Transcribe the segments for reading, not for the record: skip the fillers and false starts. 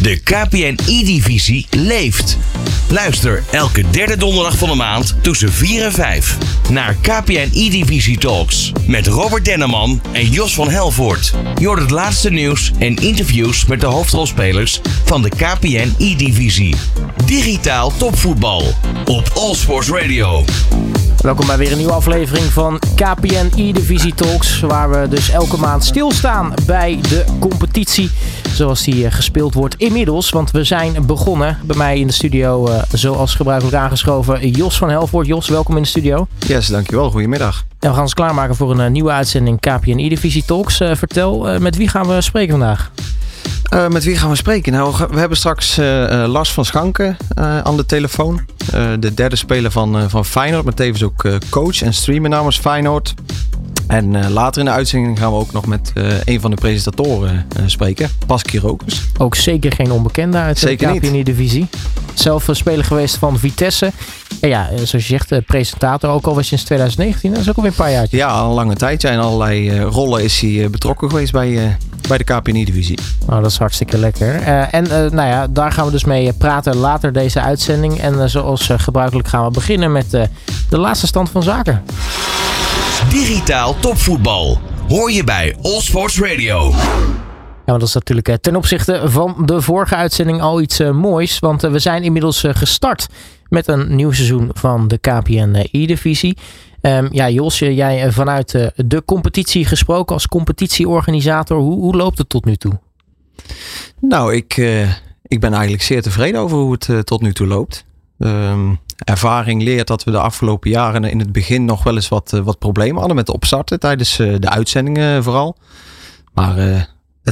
De KPN E-divisie leeft. Luister elke derde donderdag van de maand tussen 4 en 5 naar KPN E-divisie Talks met Robert Denneman en Jos van Helvoort. Je hoort het laatste nieuws en interviews met de hoofdrolspelers van de KPN E-divisie. Digitaal topvoetbal op All Sports Radio. Welkom bij weer een nieuwe aflevering van KPN E-divisie Talks, waar we dus elke maand stilstaan bij de competitie zoals die gespeeld wordt inmiddels. Want we zijn begonnen. Bij mij in de studio, zoals gebruikelijk aangeschoven, Jos van Helvoort. Jos, welkom in de studio. Yes, dankjewel. Goedemiddag. En we gaan ons klaarmaken voor een nieuwe uitzending KPN E-divisie Talks. Vertel, met wie gaan we spreken vandaag? Met wie gaan we spreken? Nou, we hebben straks Lars van Schanken aan de telefoon. De derde speler van Feyenoord, maar tevens ook coach en streamer namens Feyenoord. En later in de uitzending gaan we ook nog met een van de presentatoren spreken. Bas Kirokus. Ook zeker geen onbekende uit de KPN E-divisie. Zelf speler geweest van Vitesse. En ja, zoals je zegt, presentator ook al was sinds 2019. Dat is ook alweer een paar jaar. Ja, al een lange tijd. In allerlei rollen is hij betrokken geweest bij de KPN E-divisie. Oh, dat is hartstikke lekker. Daar gaan we dus mee praten later deze uitzending. En zoals gebruikelijk gaan we beginnen met de laatste stand van zaken. Digitaal topvoetbal hoor je bij All Sports Radio. Ja, maar dat is natuurlijk ten opzichte van de vorige uitzending al iets moois. Want we zijn inmiddels gestart met een nieuw seizoen van de KPN E-divisie. Jos, jij vanuit de competitie gesproken als competitieorganisator. Hoe loopt het tot nu toe? Nou, ik ben eigenlijk zeer tevreden over hoe het tot nu toe loopt. Ervaring leert dat we de afgelopen jaren in het begin nog wel eens wat problemen hadden met opstarten tijdens de uitzendingen vooral. Maar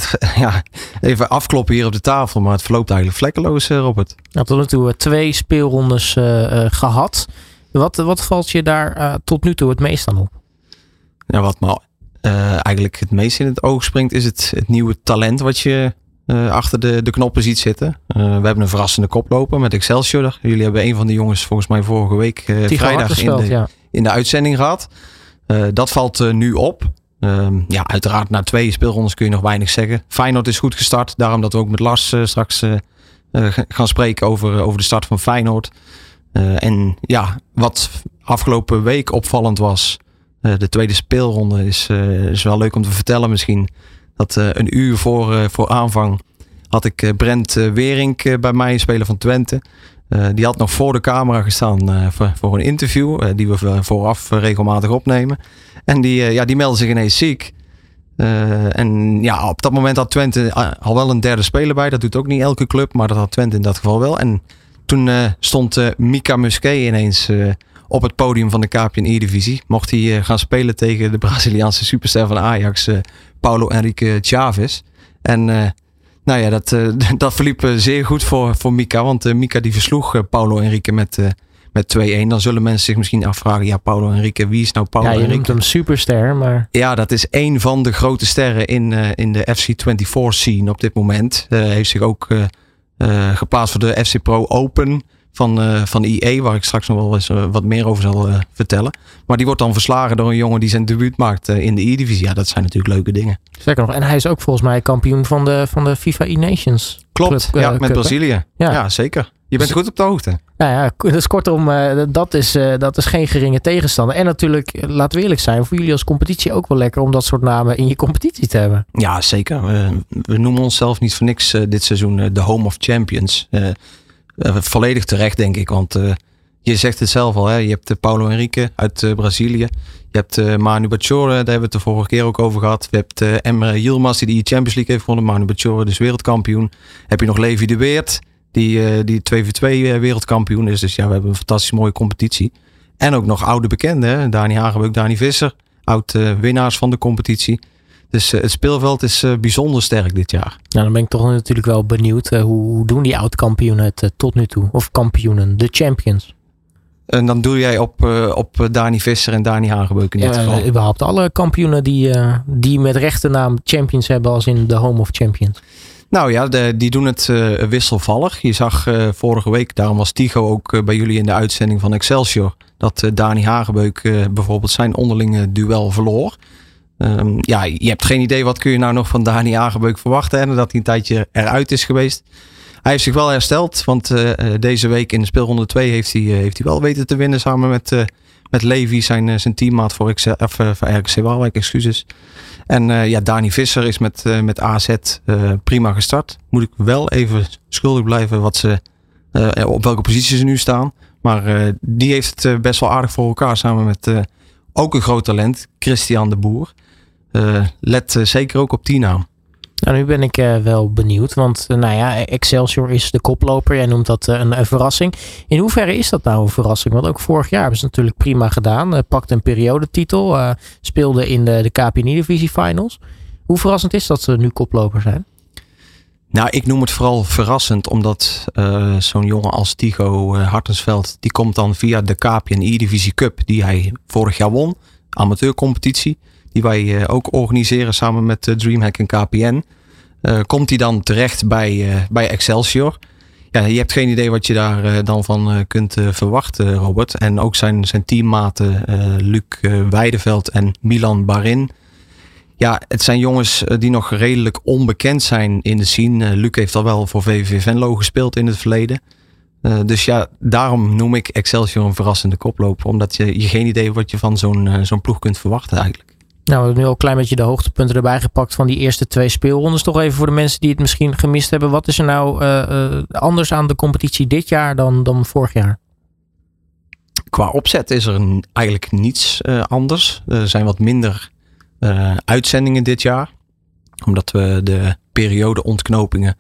even afkloppen hier op de tafel, maar het verloopt eigenlijk vlekkeloos, Robert. Nou, tot nu toe 2 speelrondes gehad. Wat valt je daar tot nu toe het meest aan op? Ja, wat me eigenlijk het meest in het oog springt is het nieuwe talent wat je achter de knoppen ziet zitten. We hebben een verrassende koploper met Excelsior. Jullie hebben een van de jongens volgens mij vorige week vrijdag in de uitzending gehad. Dat valt nu op. Uiteraard na 2 speelrondes kun je nog weinig zeggen. Feyenoord is goed gestart. Daarom dat we ook met Lars straks gaan spreken over de start van Feyenoord. Wat afgelopen week opvallend was. De tweede speelronde is wel leuk om te vertellen misschien. Dat een uur voor aanvang had ik Brent Wering bij mij, speler van Twente. Die had nog voor de camera gestaan voor een interview. Die we vooraf regelmatig opnemen. En die meldde zich ineens ziek. Op dat moment had Twente al wel een derde speler bij. Dat doet ook niet elke club, maar dat had Twente in dat geval wel. En toen stond Mika Musquet ineens op het podium van de KPN E-divisie. Mocht hij gaan spelen tegen de Braziliaanse superster van Ajax, Paulo Henrique Chaves. En dat verliep zeer goed voor Mika. Want Mika die versloeg Paulo Henrique met 2-1. Dan zullen mensen zich misschien afvragen, ja, Paulo Henrique, wie is nou Paulo Henrique? Ja, je noemt hem superster, maar... Ja, dat is een van de grote sterren in de FC24 scene op dit moment. Heeft zich ook geplaatst voor de FC Pro Open van IE, waar ik straks nog wel eens wat meer over zal vertellen. Maar die wordt dan verslagen door een jongen die zijn debuut maakt in de E-divisie. Ja, dat zijn natuurlijk leuke dingen. Zeker nog. En hij is ook volgens mij kampioen van de FIFA E-Nations. Klopt, Club, met Brazilië. Ja, zeker. Je bent goed op de hoogte. Dus kortom, dat is geen geringe tegenstander. En natuurlijk, laten we eerlijk zijn, voor jullie als competitie ook wel lekker om dat soort namen in je competitie te hebben. Ja, zeker. We noemen onszelf niet voor niks dit seizoen de Home of Champions. Volledig terecht, denk ik. Want je zegt het zelf al. Hè? Je hebt Paulo Henrique uit Brazilië. Je hebt Manu Bachore, daar hebben we het de vorige keer ook over gehad. Je hebt Emre Yilmaz, die de Champions League heeft gewonnen. Manu Bachore, dus wereldkampioen. Heb je nog Levi de Weert, die 2x2 wereldkampioen is. Dus ja, we hebben een fantastisch mooie competitie. En ook nog oude bekenden. Dani Hagenbeuk, Dani Visser. Oud winnaars van de competitie. Dus het speelveld is bijzonder sterk dit jaar. Nou, dan ben ik toch natuurlijk wel benieuwd. Hoe doen die oud-kampioenen het tot nu toe? Of kampioenen, de champions? En dan doe jij op Dani Visser en Dani Hagenbeuk in dit geval. Überhaupt alle kampioenen die met rechte naam champions hebben als in de Home of Champions. Nou ja, die doen het wisselvallig. Je zag vorige week, daarom was Tigo ook bij jullie in de uitzending van Excelsior, dat Dani Hagenbeuk bijvoorbeeld zijn onderlinge duel verloor. Je hebt geen idee wat kun je nou nog van Dani Hagenbeuk verwachten. En dat hij een tijdje eruit is geweest. Hij heeft zich wel hersteld. Want deze week in de speelronde 2 heeft hij wel weten te winnen. Samen met Levi, zijn teammaat voor RKC Waalwijk, excuses. En Dani Visser is met AZ prima gestart. Moet ik wel even schuldig blijven op welke positie ze nu staan. Maar die heeft het best wel aardig voor elkaar. Samen met ook een groot talent, Christian de Boer. Let zeker ook op die naam. Nou, nu ben ik wel benieuwd. Want Excelsior is de koploper. Jij noemt dat een verrassing. In hoeverre is dat nou een verrassing? Want ook vorig jaar hebben ze natuurlijk prima gedaan. Pakte een periodetitel. Speelde in de KPN-divisie finals. Hoe verrassend is dat ze nu koploper zijn? Nou, ik noem het vooral verrassend. Omdat zo'n jongen als Tigo Hartensveld. Die komt dan via de KPN-divisie Cup. Die hij vorig jaar won. Amateurcompetitie. Die wij ook organiseren samen met DreamHack en KPN. Komt hij dan terecht bij Excelsior. Ja, je hebt geen idee wat je daar dan van kunt verwachten, Robert. En ook zijn teammaten Luc Weideveld en Milan Barin. Ja, het zijn jongens die nog redelijk onbekend zijn in de scene. Luc heeft al wel voor VVV Venlo gespeeld in het verleden. Dus ja, daarom noem ik Excelsior een verrassende koploper. Omdat je geen idee wat je van zo'n ploeg kunt verwachten eigenlijk. Nou, we hebben nu al een klein beetje de hoogtepunten erbij gepakt van die eerste 2 speelrondes. Toch even voor de mensen die het misschien gemist hebben. Wat is er nou anders aan de competitie dit jaar dan vorig jaar? Qua opzet is er eigenlijk niets anders. Er zijn wat minder uitzendingen dit jaar. Omdat we de periode ontknopingen...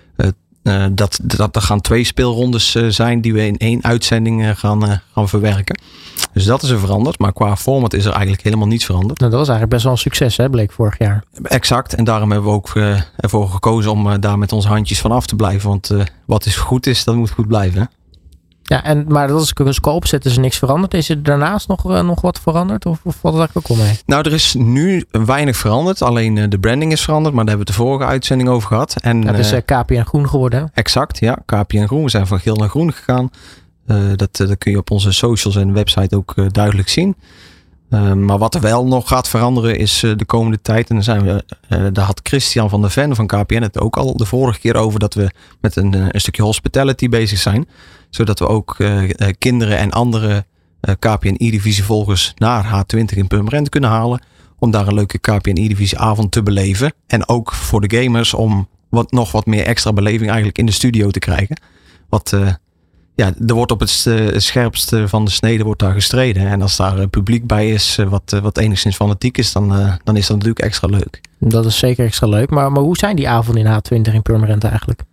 Er gaan 2 speelrondes zijn die we in 1 uitzending gaan verwerken. Dus dat is er veranderd. Maar qua format is er eigenlijk helemaal niets veranderd. Nou, dat was eigenlijk best wel een succes, hè, bleek vorig jaar. Exact. En daarom hebben we ook ervoor gekozen om daar met onze handjes van af te blijven. Want wat goed is, dat moet goed blijven. Hè? Ja, maar dat is dus qua opzet is er niks veranderd. Is er daarnaast nog wat veranderd? Of valt het eigenlijk ook al mee? Nou, er is nu weinig veranderd. Alleen de branding is veranderd. Maar daar hebben we het de vorige uitzending over gehad. En, het is KPN Groen geworden. Hè? Exact, ja. KPN Groen. We zijn van geel naar groen gegaan. Dat kun je op onze socials en website ook duidelijk zien. Maar wat er wel nog gaat veranderen is de komende tijd. En daar had Christian van der Ven van KPN het ook al de vorige keer over. Dat we met een stukje hospitality bezig zijn. Zodat we ook kinderen en andere KPN-divisie volgers naar H20 in Purmerend kunnen halen. Om daar een leuke KPN-divisie avond te beleven. En ook voor de gamers om nog wat meer extra beleving eigenlijk in de studio te krijgen. Er wordt op het scherpste van de snede wordt daar gestreden. En als daar publiek bij is wat enigszins fanatiek is, dan is dat natuurlijk extra leuk. Dat is zeker extra leuk. Maar hoe zijn die avonden in H20 in Purmerend eigenlijk?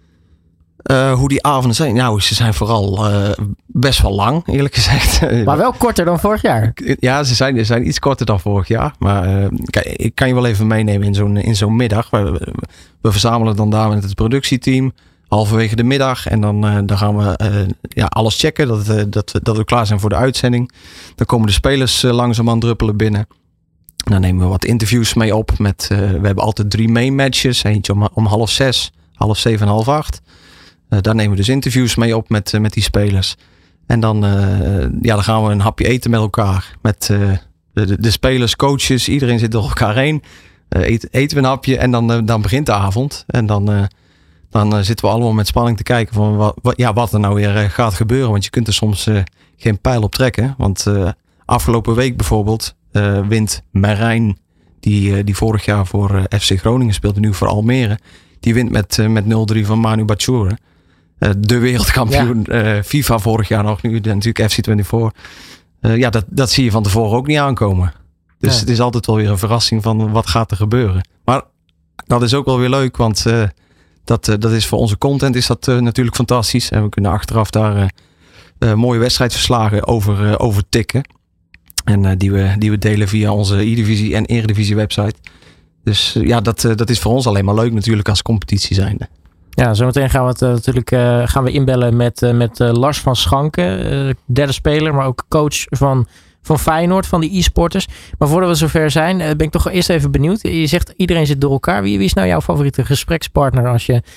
Hoe die avonden zijn? Nou, ze zijn vooral best wel lang, eerlijk gezegd. Maar wel korter dan vorig jaar. Ja, ze zijn iets korter dan vorig jaar. Maar kijk, ik kan je wel even meenemen in zo'n middag. We verzamelen dan daar met het productieteam. Halverwege de middag. En dan gaan we alles checken. Dat we klaar zijn voor de uitzending. Dan komen de spelers langzaamaan druppelen binnen. Dan nemen we wat interviews mee op. We hebben altijd 3 main matches. Eentje om 5:30, 6:30 en 7:30. Daar nemen we dus interviews mee op met die spelers. En dan gaan we een hapje eten met elkaar. Met de spelers, coaches. Iedereen zit door elkaar heen. Eten we een hapje en dan begint de avond. En dan zitten we allemaal met spanning te kijken van wat er nou weer gaat gebeuren. Want je kunt er soms geen pijl op trekken. Want afgelopen week bijvoorbeeld wint Marijn, die vorig jaar voor FC Groningen speelde, nu voor Almere. Die wint met 0-3 van Manu Batshuayi. De wereldkampioen FIFA vorig jaar nog, nu natuurlijk FC24. Dat zie je van tevoren ook niet aankomen. Dus het is altijd wel weer een verrassing van wat gaat er gebeuren. Maar dat is ook wel weer leuk, want dat is voor onze content is dat natuurlijk fantastisch. En we kunnen achteraf daar mooie wedstrijdverslagen over tikken. En die we delen via onze E-divisie en Eredivisie website. Dus dat is voor ons alleen maar leuk natuurlijk als competitie zijnde. Ja, zometeen gaan we inbellen met Lars van Schanken, derde speler, maar ook coach van Feyenoord, van de e-sporters. Maar voordat we zover zijn, ben ik toch eerst even benieuwd. Je zegt iedereen zit door elkaar. Wie is nou jouw favoriete gesprekspartner als je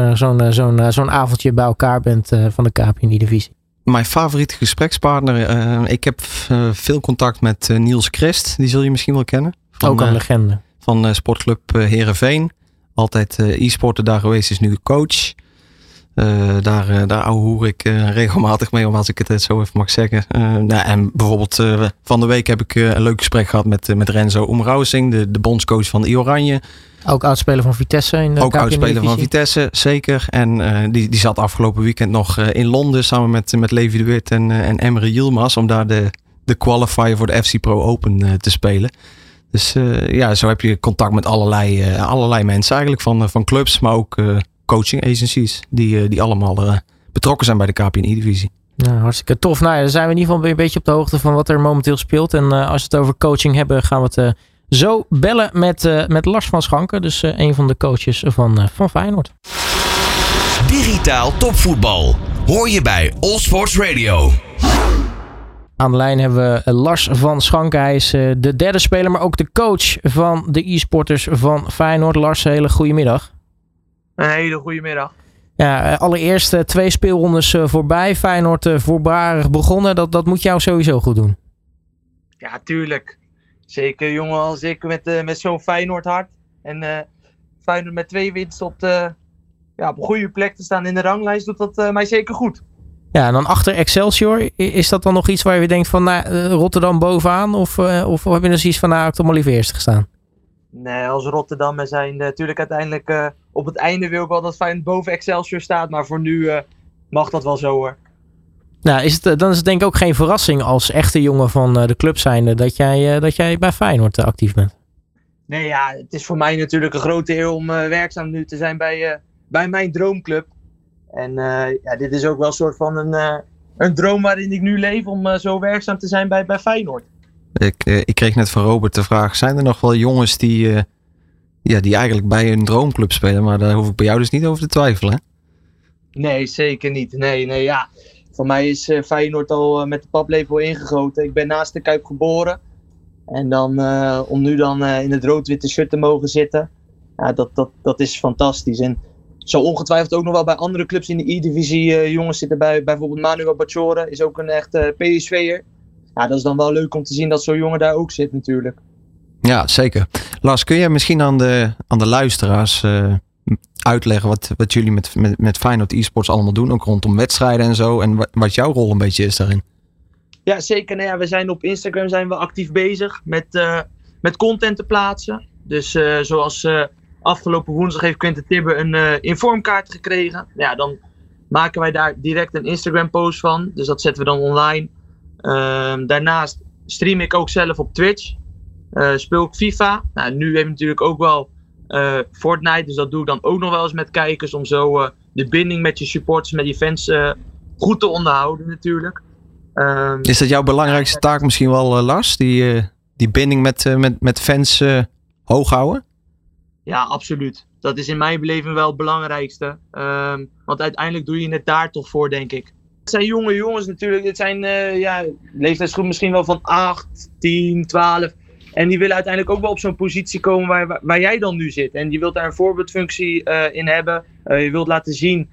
zo'n avondje bij elkaar bent van de KPN-divisie? Mijn favoriete gesprekspartner? Ik heb veel contact met Niels Christ. Die zul je misschien wel kennen. Ook een legende. Van sportclub Heerenveen. Altijd e-sporter daar geweest, is nu coach. Daar ouwehoer ik regelmatig mee, als ik het zo even mag zeggen. En bijvoorbeeld van de week heb ik een leuk gesprek gehad met Renzo Omrausing, de bondscoach van I Oranje. Ook oudspeler van Vitesse. Ook oudspeler van Vitesse, zeker. En die zat afgelopen weekend nog in Londen samen met Levi de Wit en Emre Yilmaz om daar de qualifier voor de FC Pro Open te spelen. Dus zo heb je contact met allerlei mensen eigenlijk van clubs, maar ook coaching agencies die allemaal betrokken zijn bij de KPN-divisie. Ja, hartstikke tof. Nou ja, dan zijn we in ieder geval een beetje op de hoogte van wat er momenteel speelt. En als we het over coaching hebben, gaan we het zo bellen met Lars van Schanken. Dus een van de coaches van Feyenoord. Digitaal topvoetbal. Hoor je bij All Sports Radio. Aan de lijn hebben we Lars van Schanken. Hij is de derde speler, maar ook de coach van de e-sporters van Feyenoord. Lars, een hele goede middag. Een hele goede middag. Ja, allereerst 2 speelrondes voorbij. Feyenoord voorbarig begonnen. Dat moet jou sowieso goed doen. Ja, tuurlijk. Zeker jongen als ik met zo'n Feyenoord hart. En Feyenoord met 2 winsten op een goede plek te staan in de ranglijst doet dat mij zeker goed. Ja, en dan achter Excelsior. Is dat dan nog iets waar je denkt van Rotterdam bovenaan? Of heb je dan zoiets van ik had toch maar liever eerst gestaan? Nee, als Rotterdammer zijn natuurlijk uiteindelijk op het einde wil ik wel dat Feyenoord boven Excelsior staat. Maar voor nu mag dat wel zo hoor. Nou, dan is het denk ik ook geen verrassing als echte jongen van de club zijnde dat jij bij Feyenoord actief bent. Nee, ja, het is voor mij natuurlijk een grote eer om werkzaam nu te zijn bij mijn droomclub. En dit is ook wel een soort van een droom waarin ik nu leef om zo werkzaam te zijn bij Feyenoord. Ik kreeg net van Robert de vraag, zijn er nog wel jongens die eigenlijk bij een droomclub spelen? Maar daar hoef ik bij jou dus niet over te twijfelen, hè? Nee, zeker niet. Nee, ja. Voor mij is Feyenoord al met de paplepel ingegoten. Ik ben naast de Kuip geboren. En dan om nu dan in het rood-witte shirt te mogen zitten, ja, dat is fantastisch. En zo ongetwijfeld ook nog wel bij andere clubs in de E-divisie jongens zitten bij. Bijvoorbeeld Manuel Bacciore is ook een echte PSV'er. Ja, dat is dan wel leuk om te zien dat zo'n jongen daar ook zit natuurlijk. Ja, zeker. Lars, kun jij misschien aan de luisteraars uitleggen wat jullie met Feyenoord e-sports allemaal doen? Ook rondom wedstrijden en zo. En wat jouw rol een beetje is daarin? Ja, zeker. Nou ja, we zijn op Instagram actief bezig met content te plaatsen. Dus zoals afgelopen woensdag heeft Quinten Tibbe een informkaart gekregen. Ja, dan maken wij daar direct een Instagram post van. Dus dat zetten we dan online. Daarnaast stream ik ook zelf op Twitch. Speel ik FIFA. Nou, nu heb ik natuurlijk ook wel Fortnite. Dus dat doe ik dan ook nog wel eens met kijkers. Om zo de binding met je supporters, met je fans goed te onderhouden natuurlijk. Is dat jouw belangrijkste taak misschien wel, Lars? Die binding met fans hoog houden? Ja, absoluut. Dat is in mijn beleving wel het belangrijkste. Want uiteindelijk doe je het daar toch voor, denk ik. Het zijn jonge jongens natuurlijk. Het zijn leeftijdsgroep misschien wel van 8, 10, 12. En die willen uiteindelijk ook wel op zo'n positie komen waar jij dan nu zit. En je wilt daar een voorbeeldfunctie in hebben. Je wilt laten zien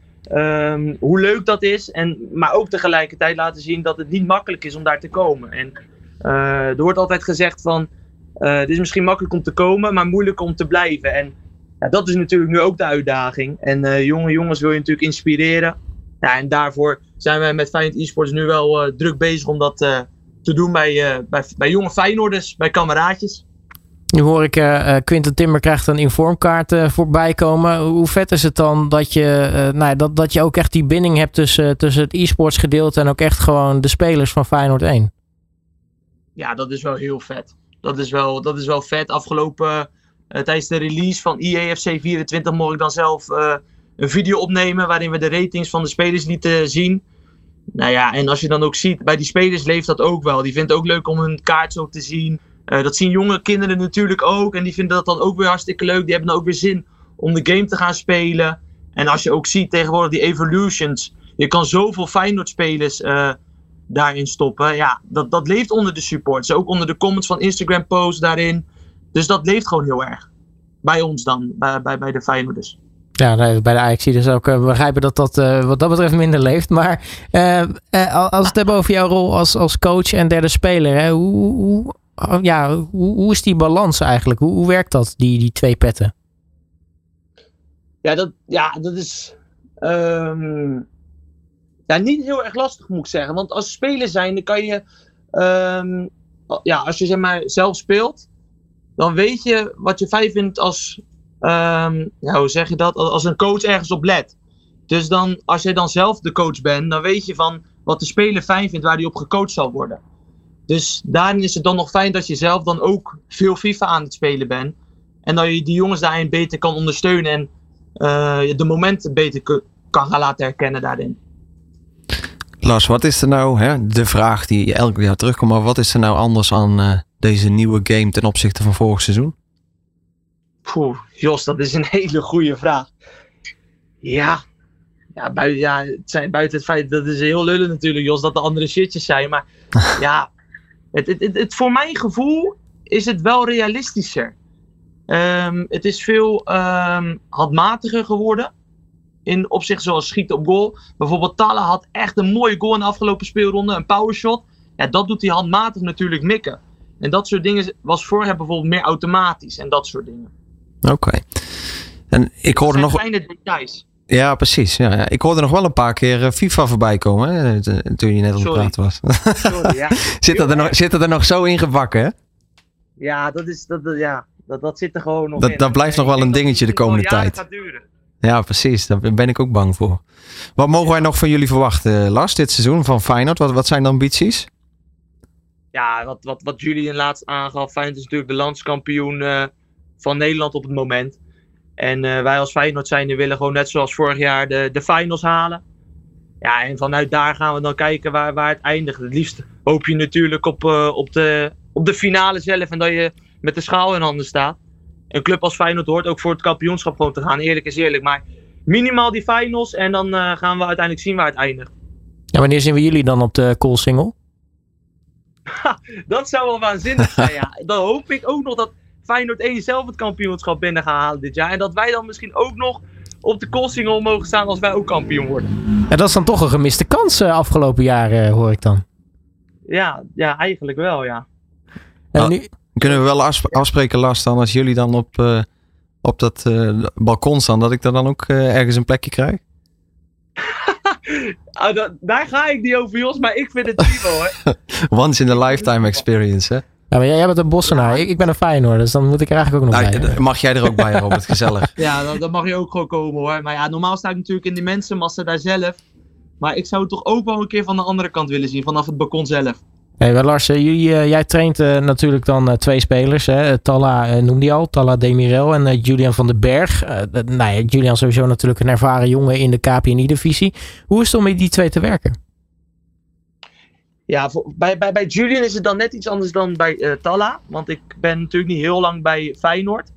hoe leuk dat is. Maar ook tegelijkertijd laten zien dat het niet makkelijk is om daar te komen. En er wordt altijd gezegd van het is misschien makkelijk om te komen, maar moeilijk om te blijven. En ja, dat is natuurlijk nu ook de uitdaging. En jonge jongens wil je natuurlijk inspireren. Ja, en daarvoor zijn wij met Feyenoord eSports nu wel druk bezig om dat te doen bij jonge Feyenoorders, bij kameraadjes. Nu hoor ik Quinten Timber krijgt een informkaart voorbij komen. Hoe vet is het dan dat je ook echt die binding hebt tussen het e-sports gedeelte en ook echt gewoon de spelers van Feyenoord 1? Ja, dat is wel heel vet. Dat is wel vet. Afgelopen tijdens de release van EAFC 24 mocht ik dan zelf een video opnemen waarin we de ratings van de spelers lieten zien. Nou ja, en als je dan ook ziet, bij die spelers leeft dat ook wel. Die vinden het ook leuk om hun kaart zo te zien. Dat zien jonge kinderen natuurlijk ook. En die vinden dat dan ook weer hartstikke leuk. Die hebben dan ook weer zin om de game te gaan spelen. En als je ook ziet tegenwoordig die evolutions. Je kan zoveel Feyenoord spelers daarin stoppen. Ja, dat leeft onder de supports. Ook onder de comments van Instagram posts daarin. Dus dat leeft gewoon heel erg. Bij ons dan, bij de Feyenoorders. Ja, bij de Ajax dus ook begrijpen dat wat dat betreft minder leeft. Maar als we het hebben over jouw rol als coach en derde speler. Hè, hoe is die balans eigenlijk? Hoe werkt dat, die 2 petten? Dat is niet heel erg lastig moet ik zeggen. Want als speler zijn, dan kan je... als je zeg maar zelf speelt, dan weet je wat je fijn vindt als... hoe zeg je dat? Als een coach ergens op let. Dus dan, als je dan zelf de coach bent, dan weet je van wat de speler fijn vindt, waar hij op gecoacht zal worden. Dus daarin is het dan nog fijn dat je zelf dan ook veel FIFA aan het spelen bent. En dat je die jongens daarin beter kan ondersteunen en de momenten beter kan gaan laten herkennen daarin. Lars, wat is er nou, de vraag die elk jaar terugkomt, maar wat is er nou anders aan deze nieuwe game ten opzichte van vorig seizoen? Jos, dat is een hele goede vraag. Buiten het feit, dat is heel lullig natuurlijk, Jos, dat er andere shitjes zijn. Maar het voor mijn gevoel is het wel realistischer. Het is veel handmatiger geworden. In opzicht zoals schieten op goal. Bijvoorbeeld Talla had echt een mooie goal in de afgelopen speelronde. Een powershot. Ja, dat doet hij handmatig natuurlijk mikken. En dat soort dingen was vorig jaar bijvoorbeeld meer automatisch. En dat soort dingen. Oké. En ik hoorde nog... kleine details. Ja, precies. Ja. Ik hoorde nog wel een paar keer FIFA voorbij komen. Hè, toen je net aan het praten was. Sorry, ja. Zit er nog zo ingebakken, hè? Ja, dat zit er gewoon nog in. Dat blijft nog wel een dingetje de komende tijd. Gaat duren. Ja, precies. Daar ben ik ook bang voor. Wat mogen wij nog van jullie verwachten, Lars, dit seizoen van Feyenoord? Wat zijn de ambities? Ja, wat Julian laatst aangaf. Feyenoord is natuurlijk de landskampioen van Nederland op het moment. En wij als Feyenoord zijnde willen gewoon net zoals vorig jaar de finals halen. Ja, en vanuit daar gaan we dan kijken waar het eindigt. Het liefst hoop je natuurlijk op de finale zelf en dat je met de schaal in handen staat. Een club als Feyenoord hoort ook voor het kampioenschap gewoon te gaan. Eerlijk is eerlijk. Maar minimaal die finals en dan gaan we uiteindelijk zien waar het eindigt. Ja, wanneer zien we jullie dan op de Koolsingel? Dat zou wel waanzinnig zijn, ja. Dan hoop ik ook nog dat Feyenoord 1 zelf het kampioenschap binnen gaat halen dit jaar. En dat wij dan misschien ook nog op de Koolsingel mogen staan als wij ook kampioen worden. Ja, dat is dan toch een gemiste kans afgelopen jaar, hoor ik dan. Ja, eigenlijk wel, ja. En nu... Kunnen we wel afspreken, Lars, dan als jullie dan op dat balkon staan, dat ik daar dan ook ergens een plekje krijg? Daar ga ik niet over, Jos, maar ik vind het prima, hoor. Once in a lifetime experience, hè? Ja, maar jij bent een Bossenaar. Ik ben een Feyenoord, dus dan moet ik er eigenlijk ook nog bij. Mag jij er ook bij, Robert? Gezellig. Ja, dan mag je ook gewoon komen, hoor. Maar ja, normaal sta ik natuurlijk in die mensenmassa daar zelf. Maar ik zou het toch ook wel een keer van de andere kant willen zien, vanaf het balkon zelf. Hey, Lars, jij traint natuurlijk dan 2 spelers. Hè? Talla noemde je al, Talla Demirel en Julian van den Berg. Julian sowieso natuurlijk een ervaren jongen in de KPNI-divisie. Hoe is het om met die 2 te werken? Ja, bij Julian is het dan net iets anders dan bij Talla. Want ik ben natuurlijk niet heel lang bij Feyenoord.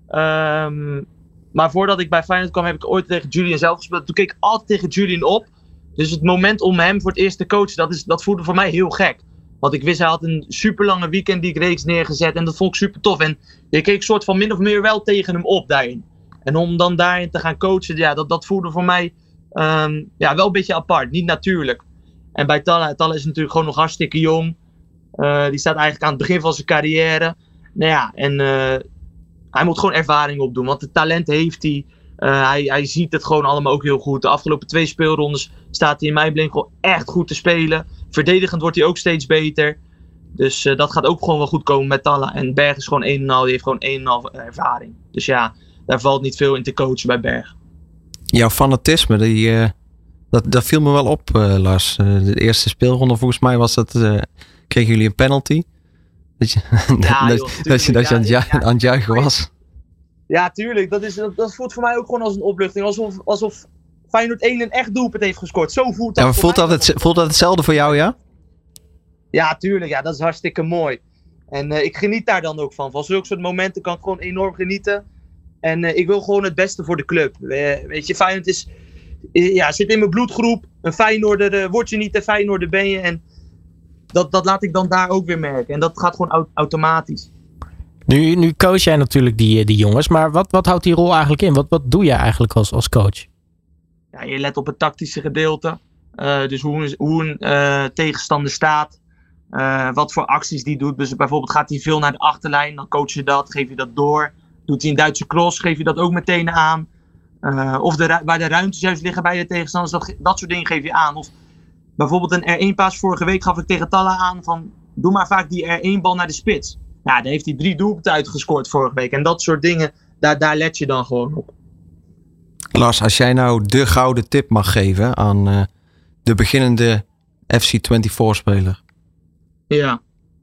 Maar voordat ik bij Feyenoord kwam heb ik ooit tegen Julian zelf gespeeld. Toen keek ik altijd tegen Julian op. Dus het moment om hem voor het eerst te coachen, dat voelde voor mij heel gek. Want ik wist, hij had een super lange weekendreeks neergezet en dat vond ik super tof. En je keek soort van min of meer wel tegen hem op daarin. En om dan daarin te gaan coachen, ja, dat voelde voor mij wel een beetje apart. Niet natuurlijk. En bij Talla is natuurlijk gewoon nog hartstikke jong. Die staat eigenlijk aan het begin van zijn carrière. Nou ja, en hij moet gewoon ervaring opdoen. Want het talent heeft hij. Hij ziet het gewoon allemaal ook heel goed. De afgelopen 2 speelrondes staat hij in mijn beleving gewoon echt goed te spelen. Verdedigend wordt hij ook steeds beter. Dus dat gaat ook gewoon wel goed komen met Talla. En Berg is gewoon 1,5. Die heeft gewoon 1,5 ervaring. Dus ja, daar valt niet veel in te coachen bij Berg. Jouw fanatisme, dat viel me wel op, Lars. De eerste speelronde volgens mij was dat... kregen jullie een penalty? Dat je aan het juichen was. Ja, tuurlijk. Dat voelt voor mij ook gewoon als een opluchting. Alsof Feyenoord 1 een echt doelpunt heeft gescoord. Zo voelt dat. Ja, voelt dat hetzelfde voor jou, ja? Ja, tuurlijk. Ja, dat is hartstikke mooi. En ik geniet daar dan ook van. Van zulke soort momenten kan ik gewoon enorm genieten. En ik wil gewoon het beste voor de club. Weet je, Feyenoord zit in mijn bloedgroep. Een Feyenoorder word je niet, een Feyenoorder ben je. En dat laat ik dan daar ook weer merken. En dat gaat gewoon automatisch. Nu coach jij natuurlijk die jongens. Maar wat houdt die rol eigenlijk in? Wat doe jij eigenlijk als coach? Ja, je let op het tactische gedeelte. Dus hoe een tegenstander staat. Wat voor acties die doet. Dus bijvoorbeeld gaat hij veel naar de achterlijn. Dan coach je dat, geef je dat door. Doet hij een Duitse cross, geef je dat ook meteen aan. Of waar de ruimtes juist liggen bij de tegenstanders. Dat soort dingen geef je aan. Of bijvoorbeeld een R1-paas vorige week gaf ik tegen Talla aan van doe maar vaak die R1-bal naar de spits. Ja, daar heeft hij 3 doelpunten uitgescoord vorige week. En dat soort dingen, daar let je dan gewoon op. Lars, als jij nou de gouden tip mag geven aan de beginnende FC24-speler. Ja.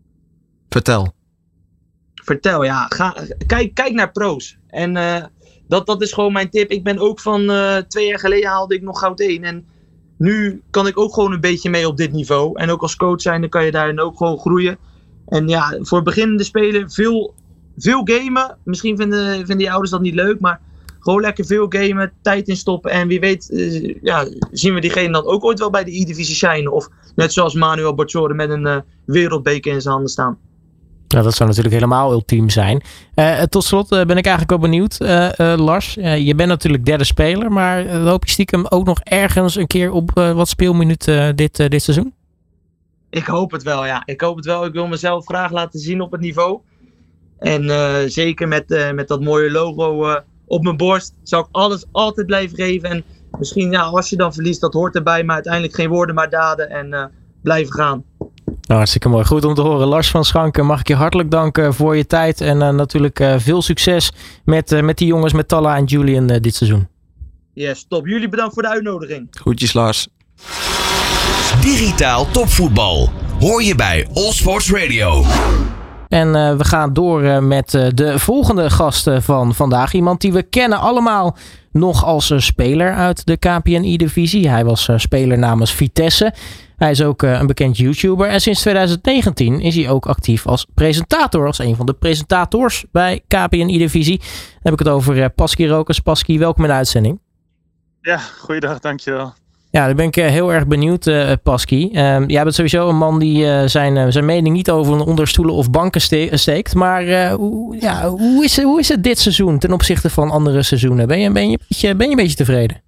Vertel, ja. Kijk naar pro's. En dat is gewoon mijn tip. Ik ben ook van 2 jaar geleden haalde ik nog goud 1. En nu kan ik ook gewoon een beetje mee op dit niveau. En ook als coach zijn, dan kan je daarin ook gewoon groeien. En ja, voor beginnende spelen veel gamen. Misschien vinden die ouders dat niet leuk, maar gewoon lekker veel gamen, tijd in stoppen. En wie weet zien we diegene dan ook ooit wel bij de E-divisie shinen. Of net zoals Manuel Bortjore met een wereldbeker in zijn handen staan. Nou, dat zou natuurlijk helemaal ultiem zijn. Tot slot ben ik eigenlijk wel benieuwd, Lars. Je bent natuurlijk derde speler, maar hoop je stiekem ook nog ergens een keer op wat speelminuten dit seizoen? Ik hoop het wel, ja. Ik wil mezelf graag laten zien op het niveau. En zeker met dat mooie logo op mijn borst zou ik alles altijd blijven geven. En misschien, als je dan verliest, dat hoort erbij. Maar uiteindelijk geen woorden, maar daden. En blijven gaan. Nou, hartstikke mooi. Goed om te horen. Lars van Schanken, mag ik je hartelijk danken voor je tijd. En natuurlijk veel succes met die jongens, met Talla en Julian dit seizoen. Yes, top. Jullie bedankt voor de uitnodiging. Groetjes, Lars. Digitaal topvoetbal. Hoor je bij All Sports Radio. En we gaan door met de volgende gast van vandaag. Iemand die we kennen allemaal nog als speler uit de KPN E-divisie. Hij was speler namens Vitesse. Hij is ook een bekend YouTuber. En sinds 2019 is hij ook actief als presentator. Als een van de presentators bij KPN E-divisie. Dan heb ik het over Pasky Rokas. Pasky, welkom in de uitzending. Ja, goeiedag, dankjewel. Ja, daar ben ik heel erg benieuwd, Pasky. Jij bent sowieso een man die zijn mening niet over onder stoelen of banken steekt. Maar hoe is het dit seizoen ten opzichte van andere seizoenen? Ben je een beetje tevreden?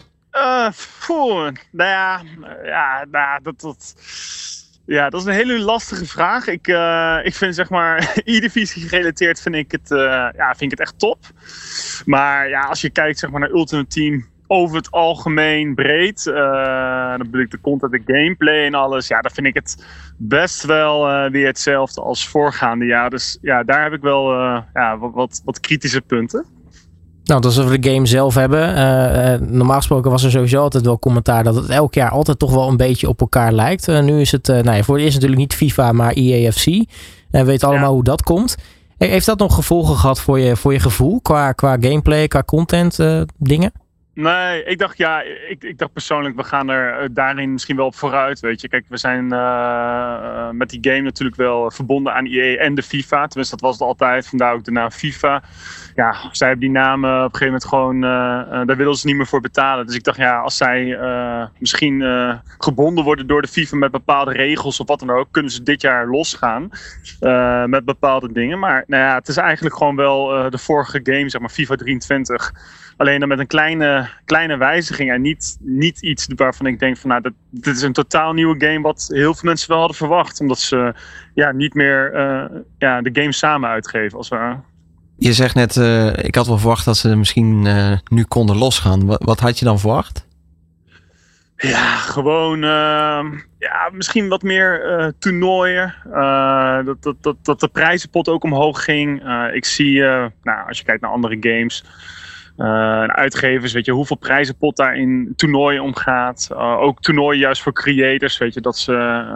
Dat is een hele lastige vraag. Ik vind zeg maar E-divisie gerelateerd vind ik het echt top. Maar ja, als je kijkt zeg maar naar Ultimate Team over het algemeen breed, dan bedoel ik de content, de gameplay en alles. Ja, dan vind ik het best wel weer hetzelfde als voorgaande jaar. Dus ja, daar heb ik wel wat kritische punten. Nou, als we de game zelf hebben. Normaal gesproken was er sowieso altijd wel commentaar dat het elk jaar altijd toch wel een beetje op elkaar lijkt. Nu is het voor het eerst natuurlijk niet FIFA, maar EAFC. En we weten allemaal hoe dat komt. Heeft dat nog gevolgen gehad voor je gevoel qua gameplay, qua content dingen? Nee, ik dacht persoonlijk, we gaan er daarin misschien wel op vooruit, weet je. Kijk, we zijn met die game natuurlijk wel verbonden aan EA en de FIFA. Tenminste, dat was het altijd, vandaar ook de naam FIFA. Ja, zij hebben die naam op een gegeven moment gewoon, daar willen ze niet meer voor betalen. Dus ik dacht, als zij misschien gebonden worden door de FIFA met bepaalde regels of wat dan ook, kunnen ze dit jaar losgaan met bepaalde dingen. Maar het is eigenlijk gewoon wel de vorige game, zeg maar FIFA 23. Alleen dan met een kleine wijziging en niet iets waarvan ik denk van dit is een totaal nieuwe game wat heel veel mensen wel hadden verwacht. Omdat ze niet meer de game samen uitgeven als we. Je zegt net, ik had wel verwacht dat ze misschien nu konden losgaan. Wat had je dan verwacht? Ja, gewoon misschien wat meer toernooien. Dat de prijzenpot ook omhoog ging. Ik zie, als je kijkt naar andere games, uitgevers, weet je, hoeveel prijzenpot daar in toernooien omgaat. Ook toernooien juist voor creators, weet je, dat ze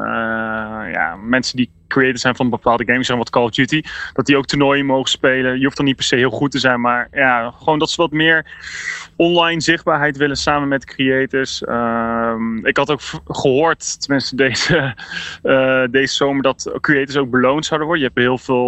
mensen die creators zijn van bepaalde games, zeg maar wat Call of Duty, dat die ook toernooien mogen spelen. Je hoeft dan niet per se heel goed te zijn, maar gewoon dat ze wat meer online zichtbaarheid willen samen met creators. Ik had ook gehoord, tenminste deze zomer, dat creators ook beloond zouden worden. Je hebt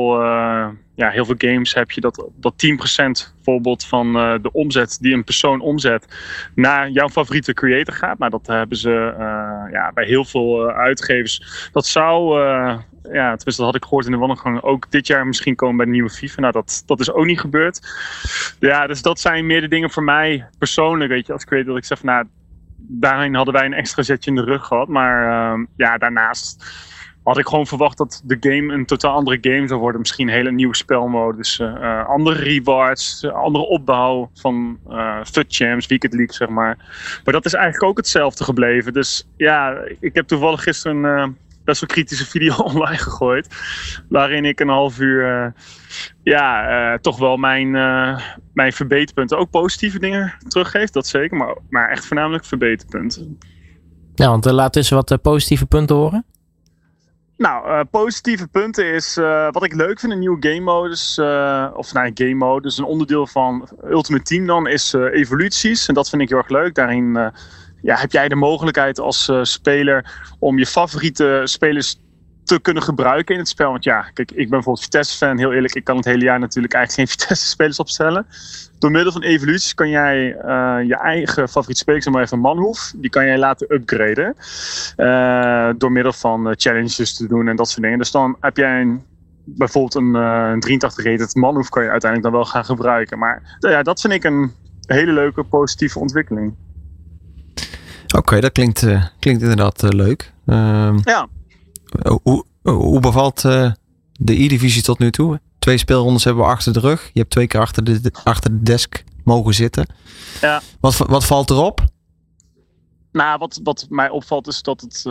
heel veel games heb je dat 10% bijvoorbeeld van de omzet die een persoon omzet naar jouw favoriete creator gaat. Maar dat hebben ze bij heel veel uitgevers. Dat zou, tenminste dat had ik gehoord in de wandelgang, ook dit jaar misschien komen bij de nieuwe FIFA. Nou, dat is ook niet gebeurd. Ja, dus dat zijn meer de dingen voor mij persoonlijk, weet je, als creator, dat ik zeg van daarin hadden wij een extra zetje in de rug gehad. Maar daarnaast had ik gewoon verwacht dat de game een totaal andere game zou worden. Misschien een hele nieuwe spelmodus, andere rewards, andere opbouw van FUT Champs, Weekend League, zeg maar. Maar dat is eigenlijk ook hetzelfde gebleven. Dus ja, ik heb toevallig gisteren een best wel kritische video online gegooid. Waarin ik een half uur toch wel mijn verbeterpunten, ook positieve dingen teruggeef. Dat zeker, maar echt voornamelijk verbeterpunten. Ja, want laat eens wat positieve punten horen. Nou, positieve punten is wat ik leuk vind in nieuwe game modus. Game modus, een onderdeel van Ultimate Team dan, is evoluties. En dat vind ik heel erg leuk. Daarin heb jij de mogelijkheid als speler om je favoriete spelers te kunnen gebruiken in het spel. Want ja, kijk, ik ben bijvoorbeeld Vitesse-fan. Heel eerlijk, ik kan het hele jaar natuurlijk eigenlijk geen Vitesse-spelers opstellen. Door middel van evoluties kan jij je eigen favoriete speler, zeg maar even Manhoef, die kan jij laten upgraden. Door middel van challenges te doen en dat soort dingen. Dus dan heb jij bijvoorbeeld een 83 rated Manhoef kan je uiteindelijk dan wel gaan gebruiken. Maar dat vind ik een hele leuke, positieve ontwikkeling. Oké, dat klinkt inderdaad leuk. Ja. Hoe bevalt de E-divisie tot nu toe? 2 speelrondes hebben we achter de rug. Je hebt 2 keer achter de desk mogen zitten. Ja. Wat valt erop? Nou, wat mij opvalt is dat het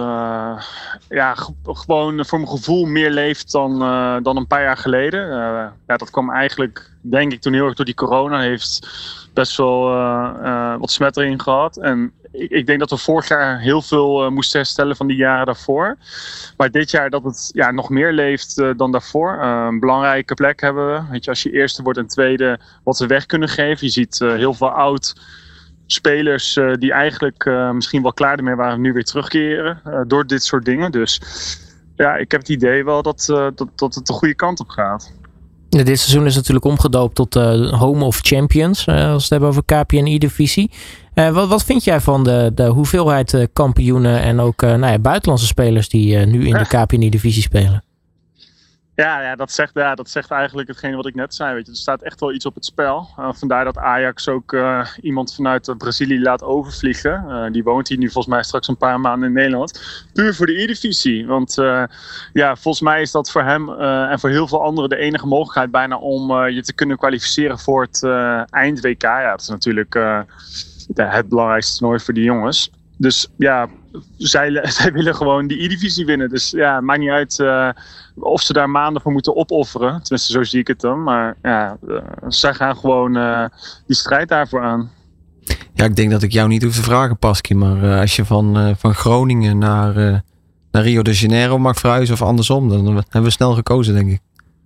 gewoon voor mijn gevoel meer leeft dan een paar jaar geleden. Dat kwam eigenlijk, denk ik, toen heel erg door die corona. Heeft best wel wat smettering gehad. En ik denk dat we vorig jaar heel veel moesten herstellen van die jaren daarvoor. Maar dit jaar dat het nog meer leeft dan daarvoor. Een belangrijke plek hebben we. Weet je, als je eerste wordt en tweede wat we weg kunnen geven. Je ziet heel veel oud spelers die eigenlijk misschien wel klaar ermee waren nu weer terugkeren door dit soort dingen. Dus ja, ik heb het idee wel dat het de goede kant op gaat. Dit seizoen is natuurlijk omgedoopt tot Home of Champions, als we het hebben over KPN E-divisie. Wat vind jij van de hoeveelheid kampioenen en ook buitenlandse spelers die nu in de KPN E-divisie spelen? Ja, dat zegt eigenlijk hetgeen wat ik net zei. Weet je. Er staat echt wel iets op het spel. Vandaar dat Ajax ook iemand vanuit Brazilië laat overvliegen. Die woont hier nu volgens mij straks een paar maanden in Nederland. Puur voor de E-divisie. Want volgens mij is dat voor hem en voor heel veel anderen de enige mogelijkheid bijna om je te kunnen kwalificeren voor het eind-WK. Ja, dat is natuurlijk het belangrijkste toernooi voor die jongens. Dus ja, zij willen gewoon die E-divisie winnen. Dus ja, het maakt niet uit of ze daar maanden voor moeten opofferen. Tenminste, zo zie ik het dan. Maar ja, zij gaan gewoon die strijd daarvoor aan. Ja, ik denk dat ik jou niet hoef te vragen, Pasky. Maar als je van Groningen naar Rio de Janeiro mag verhuizen of andersom, dan hebben we snel gekozen, denk ik.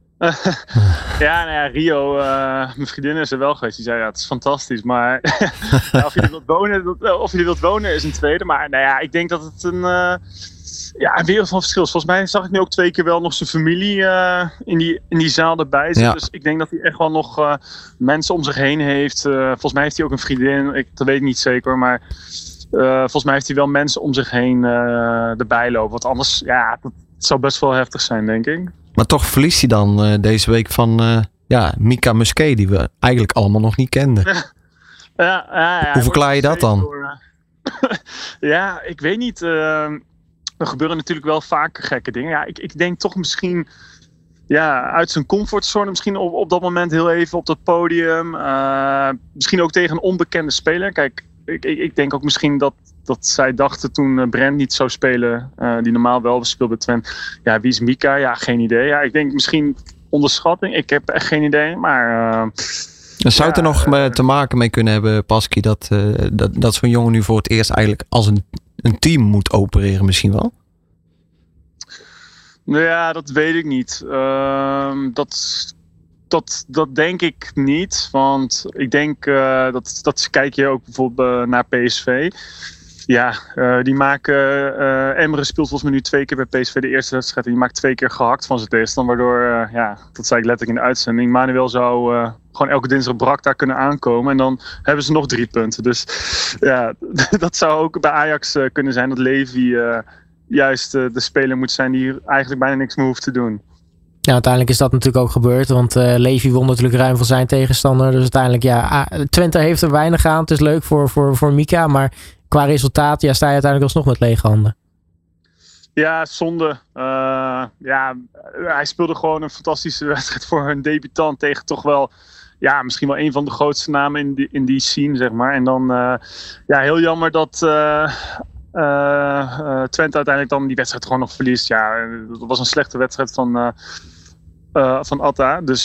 Rio, mijn vriendin is er wel geweest. Die zei, het is fantastisch, maar of je er wilt wonen is een tweede. Maar ik denk dat het een wereld van verschil is. Volgens mij zag ik nu ook 2 keer wel nog zijn familie in die zaal erbij zitten. Ja. Dus ik denk dat hij echt wel nog mensen om zich heen heeft. Volgens mij heeft hij ook een vriendin, dat weet ik niet zeker, maar volgens mij heeft hij wel mensen om zich heen erbij lopen. Want anders, dat zou best wel heftig zijn, denk ik. Maar toch verliest hij dan deze week van Mika Musquet, die we eigenlijk allemaal nog niet kenden. Hoe verklaar je dat dan? Ik weet niet. Er gebeuren natuurlijk wel vaker gekke dingen. Ja, ik denk toch misschien uit zijn comfortzone. Misschien op dat moment heel even op dat podium. Misschien ook tegen een onbekende speler. Kijk, ik denk ook misschien dat zij dachten toen Brent niet zou spelen, die normaal wel speelt bij Twente. Ja, wie is Mika? Ja, geen idee. Ja, ik denk misschien onderschatting. Ik heb echt geen idee, maar zou het er nog te maken mee kunnen hebben, Pasky, dat zo'n jongen nu voor het eerst eigenlijk als een team moet opereren misschien wel? Ja, dat weet ik niet. Dat denk ik niet, want ik denk dat kijk je ook bijvoorbeeld naar PSV. Ja, die maken... Emre speelt volgens mij nu 2 keer bij PSV de eerste wedstrijd. En die maakt 2 keer gehakt van zijn tegenstander. Waardoor, dat zei ik letterlijk in de uitzending. Manuel zou gewoon elke dinsdag brak daar kunnen aankomen. En dan hebben ze nog 3 punten. Dus ja, dat zou ook bij Ajax kunnen zijn. Dat Levy juist de speler moet zijn die eigenlijk bijna niks meer hoeft te doen. Ja, uiteindelijk is dat natuurlijk ook gebeurd. Want Levy won natuurlijk ruim van zijn tegenstander. Dus uiteindelijk, Twente heeft er weinig aan. Het is leuk voor Mika, maar qua resultaat sta je uiteindelijk alsnog met lege handen. Ja, zonde. Hij speelde gewoon een fantastische wedstrijd voor een debutant tegen toch wel, misschien wel een van de grootste namen in die scene, zeg maar. En dan, heel jammer dat Twente uiteindelijk dan die wedstrijd gewoon nog verliest. Ja, dat was een slechte wedstrijd van Atta. Dus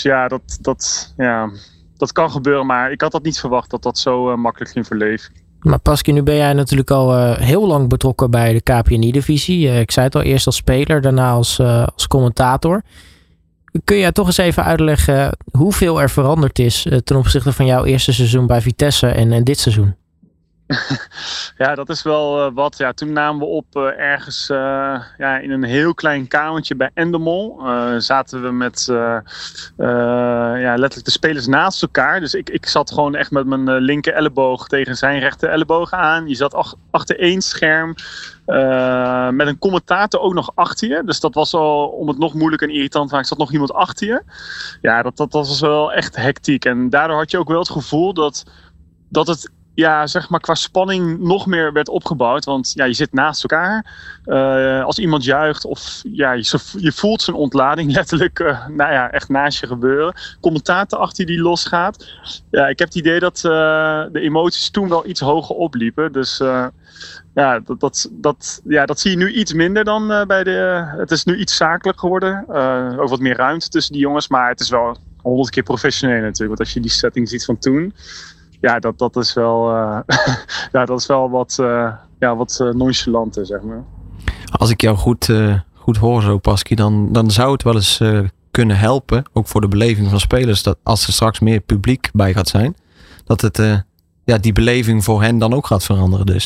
dat kan gebeuren, maar ik had dat niet verwacht dat zo makkelijk ging verleven. Maar Pasky, nu ben jij natuurlijk al heel lang betrokken bij de KPNI-divisie. Ik zei het al, eerst als speler, daarna als commentator. Kun jij toch eens even uitleggen hoeveel er veranderd is ten opzichte van jouw eerste seizoen bij Vitesse en dit seizoen? Ja, dat is wel wat. Ja, toen namen we op ergens in een heel klein kamertje bij Endemol. Zaten we met letterlijk de spelers naast elkaar. Dus ik zat gewoon echt met mijn linker elleboog tegen zijn rechter elleboog aan. Je zat achter één scherm. Met een commentator ook nog achter je. Dus dat was al, om het nog moeilijker en irritant te maken, zat nog iemand achter je. Ja, dat was wel echt hectiek. En daardoor had je ook wel het gevoel dat het zeg maar qua spanning nog meer werd opgebouwd. Want je zit naast elkaar. Als iemand juicht of je voelt zijn ontlading letterlijk echt naast je gebeuren. Commentator achter die losgaat. Ja, ik heb het idee dat de emoties toen wel iets hoger opliepen. Dus dat zie je nu iets minder dan bij het is nu iets zakelijk geworden. Ook wat meer ruimte tussen die jongens. Maar het is wel 100 keer professioneel natuurlijk. Want als je die setting ziet van toen. Ja, dat is wel, dat is wel wat nonchalanter, zeg maar. Als ik jou goed hoor zo, Pasky, dan zou het wel eens kunnen helpen, ook voor de beleving van spelers, dat als er straks meer publiek bij gaat zijn, dat het die beleving voor hen dan ook gaat veranderen dus.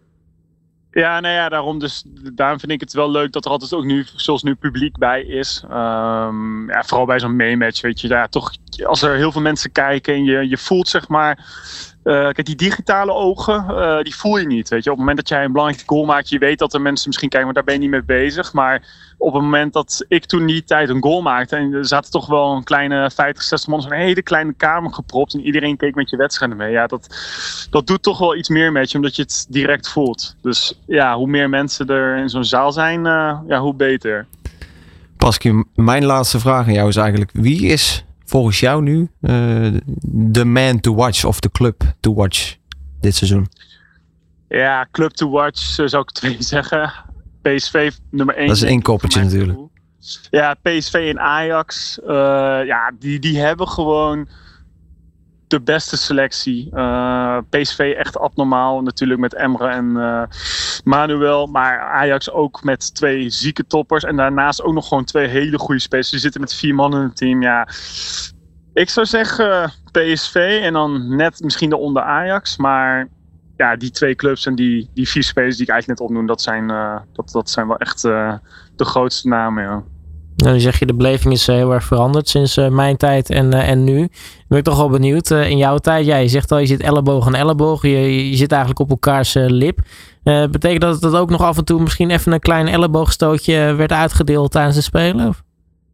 Ja, daarom vind ik het wel leuk dat er altijd ook nu, zoals nu, publiek bij is. Vooral bij zo'n meematch, weet je. Toch, als er heel veel mensen kijken en je voelt, zeg maar. Kijk, die digitale ogen, die voel je niet, weet je. Op het moment dat jij een belangrijke goal maakt, je weet dat er mensen misschien kijken, maar daar ben je niet mee bezig. Maar op het moment dat ik toen die tijd een goal maakte, en er zaten toch wel een kleine 50, 60 man in een hele kleine kamer gepropt. En iedereen keek met je wedstrijden mee. Ja, dat doet toch wel iets meer met je, omdat je het direct voelt. Dus hoe meer mensen er in zo'n zaal zijn, hoe beter. Pasky, mijn laatste vraag aan jou is eigenlijk, wie is volgens jou nu de man to watch of de club to watch dit seizoen? Ja, club to watch zou ik 2 zeggen. PSV nummer 1. Dat is een koppertje natuurlijk. Ja, PSV en Ajax. Die hebben gewoon de beste selectie. PSV echt abnormaal. Natuurlijk met Emre en Manuel. Maar Ajax ook met 2 zieke toppers. En daarnaast ook nog gewoon 2 hele goede spelers. Ze zitten met 4 man in het team. Ja, ik zou zeggen PSV en dan net misschien daaronder Ajax. Maar ja, die 2 clubs en die 4 spelers die ik eigenlijk net opnoem, dat zijn wel echt de grootste namen, ja. Nou, dan zeg je, de beleving is heel erg veranderd sinds mijn tijd en nu. Ben ik toch wel benieuwd, in jouw tijd, je zegt al, je zit elleboog aan elleboog, je zit eigenlijk op elkaars lip. Betekent dat het ook nog af en toe misschien even een klein elleboogstootje werd uitgedeeld tijdens het spelen? Of?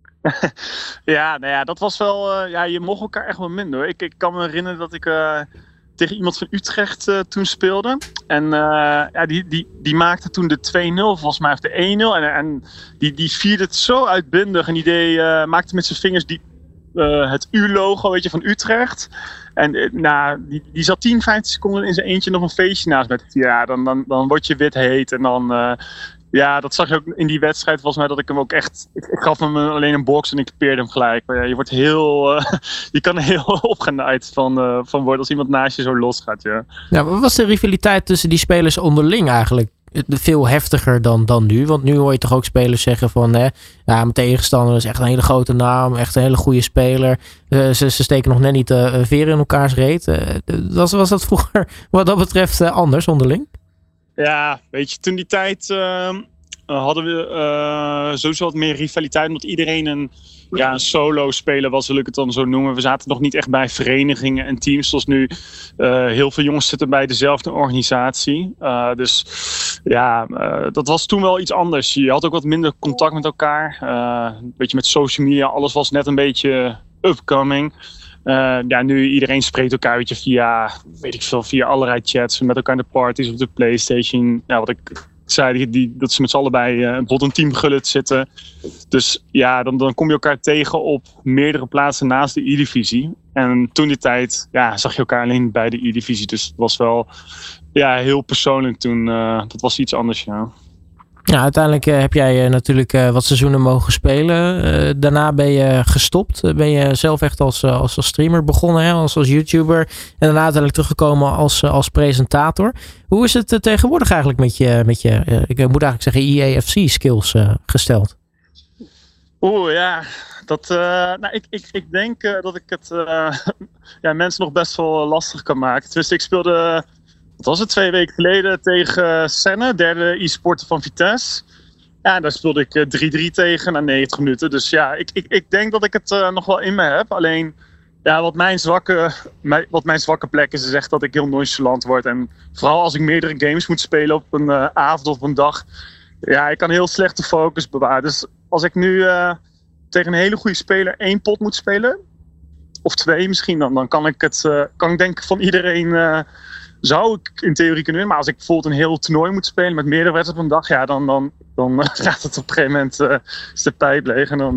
Ja, dat was wel, je mocht elkaar echt wel minder, hoor. Ik kan me herinneren dat ik tegen iemand van Utrecht toen speelde. En die maakte toen de 2-0, volgens mij, of de 1-0. En die vierde het zo uitbundig. En die maakte met zijn vingers het U-logo, weet je, van Utrecht. En die zat 10, 15 seconden in zijn eentje nog een feestje naast met. Ja, dan word je wit heet. En dan dat zag je ook in die wedstrijd, volgens mij, dat ik hem ook echt. Ik gaf hem alleen een box en ik peerde hem gelijk. Maar ja, je wordt heel. Je kan er heel opgenaaid van worden als iemand naast je zo losgaat. Ja. Ja, wat was de rivaliteit tussen die spelers onderling eigenlijk? Veel heftiger dan nu. Want nu hoor je toch ook spelers zeggen van mijn tegenstander is echt een hele grote naam. Echt een hele goede speler. Ze steken nog net niet veren in elkaars reet. Was dat vroeger wat dat betreft anders onderling? Ja, weet je, toen die tijd hadden we sowieso wat meer rivaliteit. Omdat iedereen een solo speler was, wil ik het dan zo noemen. We zaten nog niet echt bij verenigingen en teams zoals nu. Heel veel jongens zitten bij dezelfde organisatie. Dus dat was toen wel iets anders. Je had ook wat minder contact met elkaar. Een beetje met social media. Alles was net een beetje upcoming. Nu iedereen spreekt elkaar via allerlei chats met elkaar in de parties op de PlayStation. Ja, wat ik zei dat ze met z'n allebei bijvoorbeeld een team gullet zitten. Dus ja, dan kom je elkaar tegen op meerdere plaatsen naast de E-divisie. En toen die tijd zag je elkaar alleen bij de E-divisie. Dus het was wel heel persoonlijk toen. Dat was iets anders, ja. Ja, uiteindelijk heb jij natuurlijk wat seizoenen mogen spelen. Daarna ben je gestopt. Ben je zelf echt als streamer begonnen, hè? Als YouTuber. En daarna uiteindelijk teruggekomen als presentator. Hoe is het tegenwoordig eigenlijk met je ik moet eigenlijk zeggen EAFC skills gesteld? Ik denk dat ik het mensen nog best wel lastig kan maken. Tenminste, ik speelde... Dat was het 2 weken geleden tegen Senne, derde e-sporter van Vitesse. Ja, daar speelde ik 3-3 tegen na 90 minuten. Dus ja, ik denk dat ik het nog wel in me heb. Alleen, wat mijn zwakke plek is echt dat ik heel nonchalant word. En vooral als ik meerdere games moet spelen op een avond of op een dag. Ja, ik kan heel slecht de focus bewaren. Dus als ik nu tegen een hele goede speler 1 pot moet spelen, of 2 misschien, dan kan ik denk ik van iedereen... zou ik in theorie kunnen winnen. Maar als ik bijvoorbeeld een heel toernooi moet spelen met meerdere wedstrijden op een dag, dan gaat het op een gegeven moment is de pijp leeg. En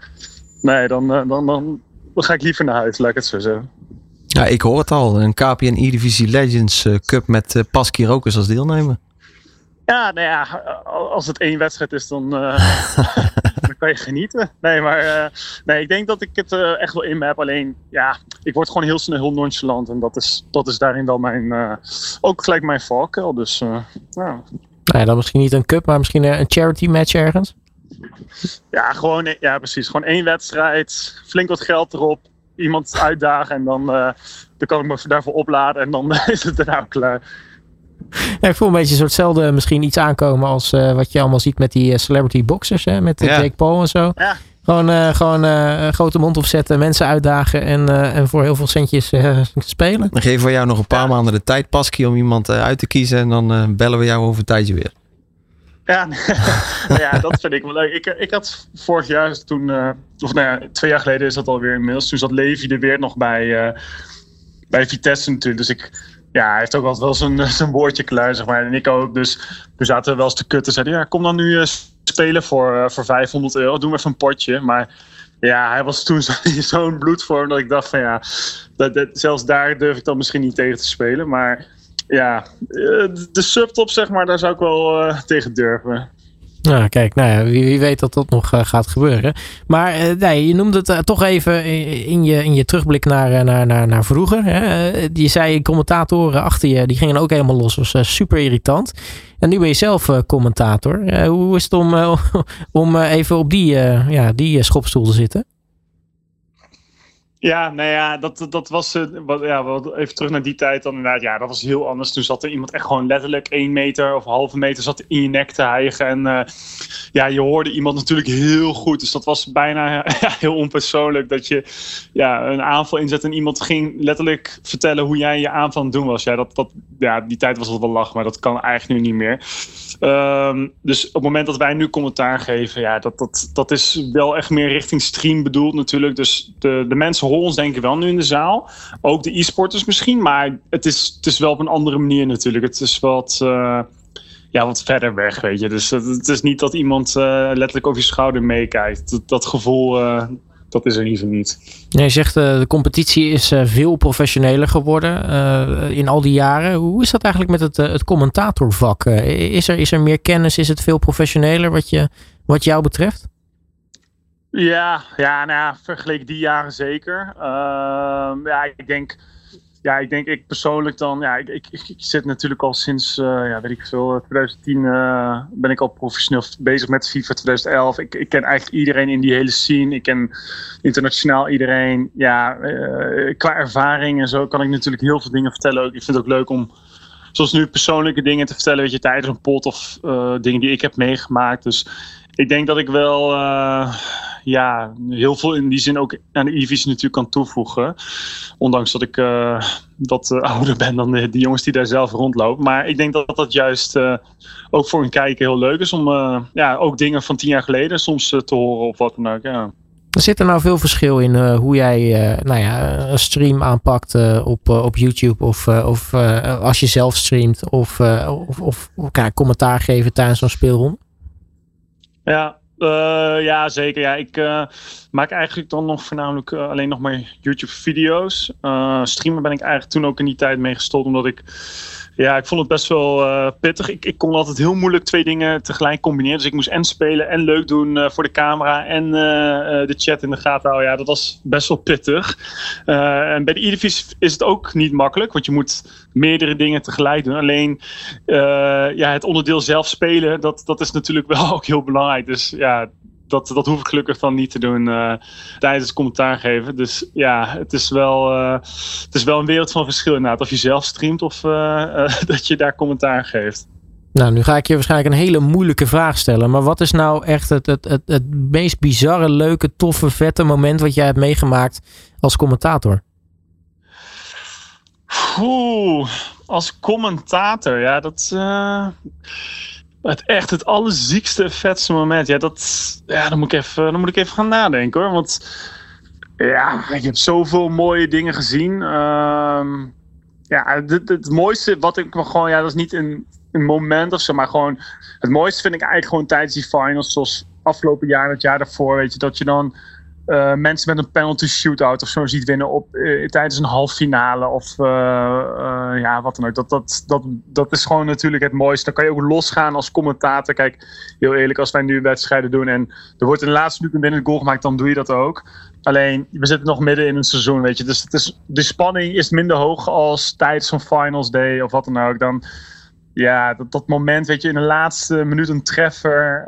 dan ga ik liever naar huis, laat ik het zo zeggen. Ja, ik hoor het al. Een KPN E-divisie Legends Cup met Pasky Rokus als deelnemer. Ja, als het 1 wedstrijd is, dan kan je genieten. Nee, ik denk dat ik het echt wel in me heb. Alleen, ik word gewoon heel snel heel nonchalant. En dat is daarin wel ook gelijk mijn valkuil. Dus, dan misschien niet een cup, maar misschien een charity match ergens? Ja, precies. Gewoon 1 wedstrijd, flink wat geld erop, iemand uitdagen en dan kan ik me daarvoor opladen en dan is het daarna ook klaar. Ja, ik voel een beetje hetzelfde misschien iets aankomen als wat je allemaal ziet met die celebrity boxers, hè, met Jake Paul en zo. Ja. Gewoon grote mond opzetten, mensen uitdagen en voor heel veel centjes spelen. Dan geven we jou nog een paar maanden de tijd, Pasky, om iemand uit te kiezen en dan bellen we jou over een tijdje weer. Ja, dat vind ik wel leuk. Ik had vorig jaar toen, 2 jaar geleden is dat alweer inmiddels. Toen zat Levi er weer nog bij Vitesse natuurlijk. Dus hij heeft ook altijd wel zijn woordje klaar, zeg maar. En ik ook. Dus toen zaten we wel eens te kutten. Zeiden, kom dan nu spelen voor €500. Doen we even een potje. Maar hij was toen zo'n bloedvorm dat ik dacht van zelfs daar durf ik dan misschien niet tegen te spelen. Maar de subtop, zeg maar, daar zou ik wel tegen durven. Nou, kijk, wie weet dat nog gaat gebeuren. Maar je noemde het toch even in je terugblik naar vroeger. Hè? Je zei commentatoren achter je, die gingen ook helemaal los. Dat was super irritant. En nu ben je zelf commentator. Hoe is het om even op die schopstoel te zitten? Ja, dat was even terug naar die tijd dan inderdaad. Dat was heel anders. Toen zat er iemand echt gewoon letterlijk 1 meter of halve meter zat in je nek te hijgen. En je hoorde iemand natuurlijk heel goed. Dus dat was bijna heel onpersoonlijk dat je een aanval inzet en iemand ging letterlijk vertellen hoe jij je aanval aan het doen was. Die tijd was dat wel lach, maar dat kan eigenlijk nu niet meer. Dus op het moment dat wij nu commentaar geven, dat is wel echt meer richting stream bedoeld natuurlijk. Dus de mensen horen ons denk ik wel nu in de zaal. Ook de e-sporters misschien, maar het is wel op een andere manier natuurlijk. Het is wat verder weg, weet je. Dus het is niet dat iemand letterlijk over je schouder meekijkt. Dat gevoel, dat is er in ieder geval niet. Je zegt de competitie is veel professioneler geworden in al die jaren. Hoe is dat eigenlijk met het commentatorvak? Is er meer kennis? Is het veel professioneler wat jou betreft? Vergeleken die jaren zeker. Ik denk ik persoonlijk dan... Ik zit natuurlijk al sinds, 2010 ben ik al professioneel bezig met FIFA 2011. Ik ken eigenlijk iedereen in die hele scene. Ik ken internationaal iedereen. Qua ervaring en zo kan ik natuurlijk heel veel dingen vertellen. Ik vind het ook leuk om, zoals nu, persoonlijke dingen te vertellen. Weet je, tijdens een pot of dingen die ik heb meegemaakt. Dus ik denk dat ik wel heel veel in die zin ook aan de E-divisie natuurlijk kan toevoegen. Ondanks dat ik wat ouder ben dan de jongens die daar zelf rondlopen. Maar ik denk dat dat juist ook voor een kijker heel leuk is om ook dingen van 10 jaar geleden soms te horen of wat dan ook. Ja. Zit er nou veel verschil in hoe jij een stream aanpakt op YouTube of als je zelf streamt of commentaar geven tijdens zo'n speelronde? Ja, zeker. Ja, ik maak eigenlijk dan nog voornamelijk alleen nog maar YouTube-video's. Streamen ben ik eigenlijk toen ook in die tijd mee gestopt, omdat ik vond het best wel pittig. Ik kon altijd heel moeilijk 2 dingen tegelijk combineren. Dus ik moest en spelen en leuk doen voor de camera en de chat in de gaten houden. Ja, dat was best wel pittig. En bij de E-Divisie is het ook niet makkelijk, want je moet meerdere dingen tegelijk doen. Alleen het onderdeel zelf spelen, dat is natuurlijk wel ook heel belangrijk. Dus ja, dat hoef ik gelukkig dan niet te doen tijdens het commentaar geven. Dus ja, het is wel een wereld van verschil inderdaad. Of je zelf streamt of dat je daar commentaar geeft. Nou, nu ga ik je waarschijnlijk een hele moeilijke vraag stellen. Maar wat is nou echt het meest bizarre, leuke, toffe, vette moment wat jij hebt meegemaakt als commentator? Als commentator, ja, dat... Het allerziekste, vetste moment. Dan moet ik even gaan nadenken hoor. Want ja, ik heb zoveel mooie dingen gezien. Het mooiste wat ik gewoon... Ja, dat is niet een moment of zo. Maar gewoon... Het mooiste vind ik eigenlijk gewoon tijdens die finals. Zoals afgelopen jaar en het jaar daarvoor. Weet je, dat je dan... mensen met een penalty shootout of zo ziet winnen tijdens een halve finale of wat dan ook. Dat is gewoon natuurlijk het mooiste. Dan kan je ook losgaan als commentator. Kijk, heel eerlijk, als wij nu wedstrijden doen en er wordt in de laatste minuut binnen het goal gemaakt, dan doe je dat ook. Alleen, we zitten nog midden in een seizoen, weet je. Dus de spanning is minder hoog als tijdens zo'n finals day of wat dan ook. Dan, ja, dat moment, weet je, in de laatste minuut een treffer.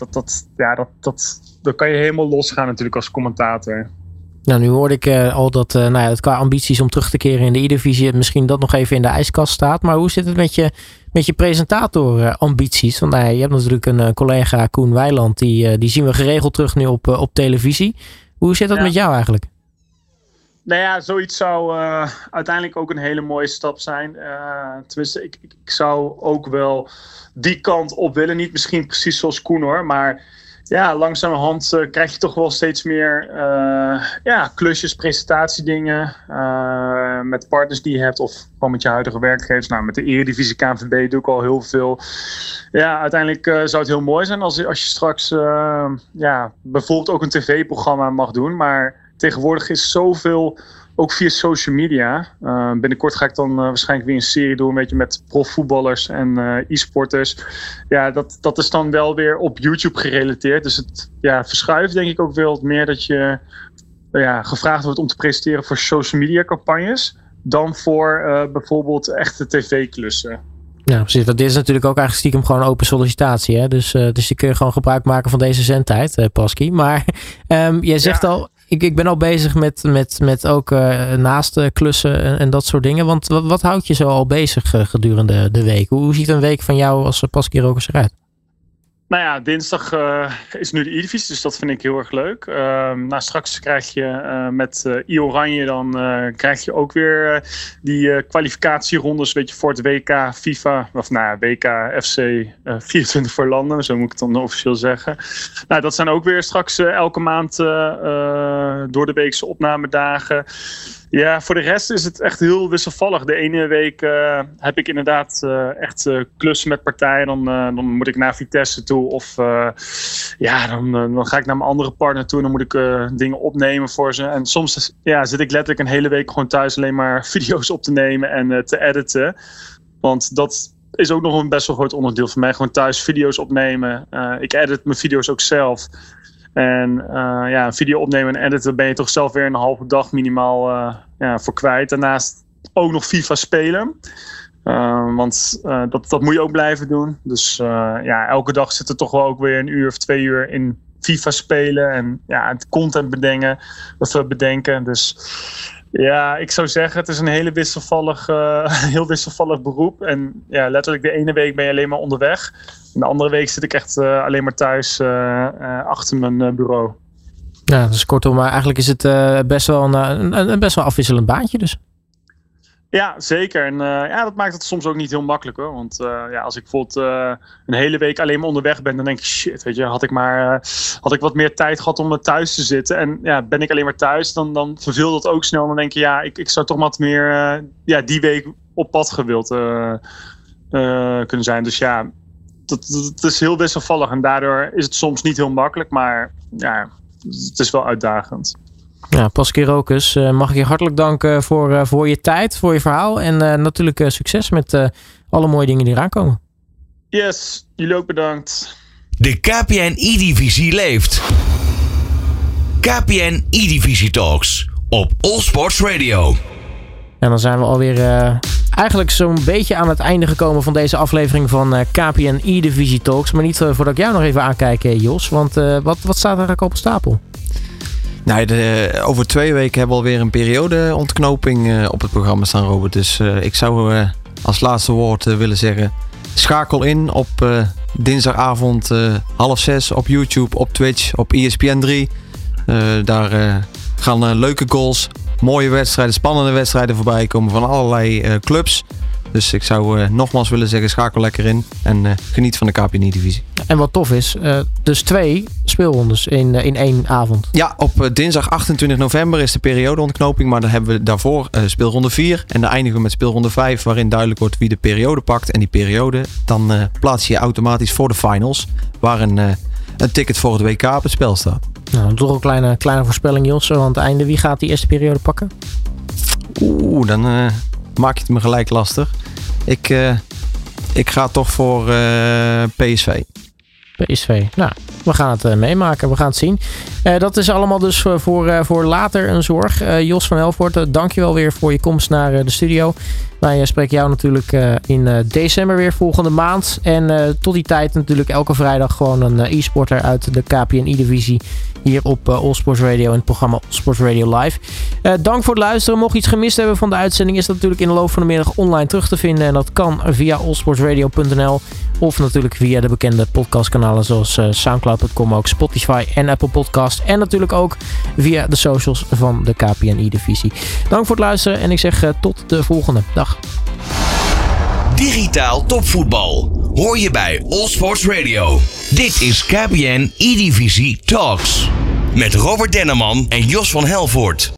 Dan kan je helemaal losgaan natuurlijk als commentator. Nou, nu hoorde ik al dat het qua ambities om terug te keren in de E-Divisie misschien dat nog even in de ijskast staat. Maar hoe zit het met je presentator-ambities? Want je hebt natuurlijk een collega, Koen Weiland, die zien we geregeld terug nu op televisie. Hoe zit dat met jou eigenlijk? Nou ja, zoiets zou uiteindelijk ook een hele mooie stap zijn. Tenminste, ik zou ook wel die kant op willen. Niet misschien precies zoals Koen hoor, maar ja, langzamerhand krijg je toch wel steeds meer klusjes, presentatiedingen met partners die je hebt of gewoon met je huidige werkgevers. Nou, met de Eredivisie KNVB doe ik al heel veel. Ja, uiteindelijk zou het heel mooi zijn als je straks bijvoorbeeld ook een tv-programma mag doen, maar tegenwoordig is zoveel, ook via social media. Binnenkort ga ik dan waarschijnlijk weer een serie doen, een beetje met profvoetballers en e-sporters. Ja, dat is dan wel weer op YouTube gerelateerd. Dus het verschuift denk ik ook wel meer dat je gevraagd wordt om te presenteren voor social media campagnes dan voor bijvoorbeeld echte tv-klussen. Ja, precies. Want dit is natuurlijk ook eigenlijk stiekem gewoon open sollicitatie. Hè? Dus je kun je gewoon gebruik maken van deze zendtijd, Pasky. Maar jij zegt al, ik ben al bezig met ook naast klussen en dat soort dingen. Want wat houdt je zo al bezig gedurende de week? Hoe ziet een week van jou als Pasky Rokers eruit? Nou ja, dinsdag is nu de E-Divisie, dus dat vind ik heel erg leuk. Straks krijg je met I-Oranje, dan krijg je ook weer die kwalificatierondes, weet je, voor het WK FIFA, of WK FC 24 voor landen, zo moet ik het dan officieel zeggen. Nou, dat zijn ook weer straks elke maand door de weekse opnamedagen. Ja, voor de rest is het echt heel wisselvallig. De ene week heb ik inderdaad echt klussen met partijen. Dan moet ik naar Vitesse toe. Of dan ga ik naar mijn andere partner toe. En dan moet ik dingen opnemen voor ze. En soms zit ik letterlijk een hele week gewoon thuis alleen maar video's op te nemen en te editen. Want dat is ook nog een best wel groot onderdeel van mij. Gewoon thuis video's opnemen. Ik edit mijn video's ook zelf. En een video opnemen en editen ben je toch zelf weer een halve dag minimaal voor kwijt. Daarnaast ook nog FIFA spelen. Want dat moet je ook blijven doen. Dus elke dag zit er toch wel ook weer 1 uur of 2 uur in FIFA spelen. En het content bedenken. Dus ja, ik zou zeggen het is een heel wisselvallig beroep. En letterlijk de ene week ben je alleen maar onderweg. En de andere week zit ik echt alleen maar thuis achter mijn bureau. Ja, dus kortom, maar eigenlijk is het best wel een afwisselend baantje dus. Ja, zeker. En dat maakt het soms ook niet heel makkelijk hoor. Want als ik bijvoorbeeld een hele week alleen maar onderweg ben, dan denk ik, shit, weet je, had ik wat meer tijd gehad om thuis te zitten. En ben ik alleen maar thuis, dan verveelt dat ook snel. Dan denk je, ik zou toch wat meer die week op pad gewild kunnen zijn. Dus ja, het is heel wisselvallig. En daardoor is het soms niet heel makkelijk, maar ja, het is wel uitdagend. Ja, Pascal Rokus, mag ik je hartelijk danken voor je tijd, voor je verhaal. En natuurlijk succes met alle mooie dingen die eraan komen. Yes, jullie ook bedankt. De KPN E-Divisie leeft. KPN E-Divisie Talks op All Sports Radio. En dan zijn we alweer eigenlijk zo'n beetje aan het einde gekomen van deze aflevering van KPN E-Divisie Talks. Maar niet voordat ik jou nog even aankijk, Jos. Want wat staat er eigenlijk op stapel? Nou, over 2 weken hebben we alweer een periode-ontknoping op het programma staan, Robert. Dus ik zou als laatste woord willen zeggen, schakel in op dinsdagavond 5:30 op YouTube, op Twitch, op ESPN 3. Daar gaan leuke goals, mooie wedstrijden, spannende wedstrijden voorbij komen van allerlei clubs. Dus ik zou nogmaals willen zeggen, schakel lekker in en geniet van de KPN E-Divisie. En wat tof is, dus 2 speelrondes in 1 avond. Ja, op dinsdag 28 november is de periodeontknoping, maar dan hebben we daarvoor speelronde 4. En dan eindigen we met speelronde 5, waarin duidelijk wordt wie de periode pakt. En die periode, dan plaats je automatisch voor de finals, waar een ticket voor het WK op het spel staat. Nou, toch een kleine voorspelling, Jos. Zo aan het einde, wie gaat die eerste periode pakken? Dan maak je het me gelijk lastig. Ik ga toch voor PSV. PSV. Nou, we gaan het meemaken. We gaan het zien. Dat is allemaal dus voor later een zorg. Jos van Helvoort, dankjewel weer voor je komst naar de studio. Wij spreken jou natuurlijk in december weer, volgende maand. En tot die tijd natuurlijk elke vrijdag gewoon een e-sporter uit de KPN E-Divisie hier op All Sports Radio in het programma All Sports Radio Live. Dank voor het luisteren. Mocht je iets gemist hebben van de uitzending, is dat natuurlijk in de loop van de middag online terug te vinden. En dat kan via allsportsradio.nl of natuurlijk via de bekende podcastkanalen zoals Soundcloud.com, ook Spotify en Apple Podcast. En natuurlijk ook via de socials van de KPN E-Divisie. Dank voor het luisteren en ik zeg tot de volgende dag. Digitaal topvoetbal hoor je bij All Sports Radio. Dit is KPN E-Divisie Talks met Robert Denneman en Jos van Helvoort.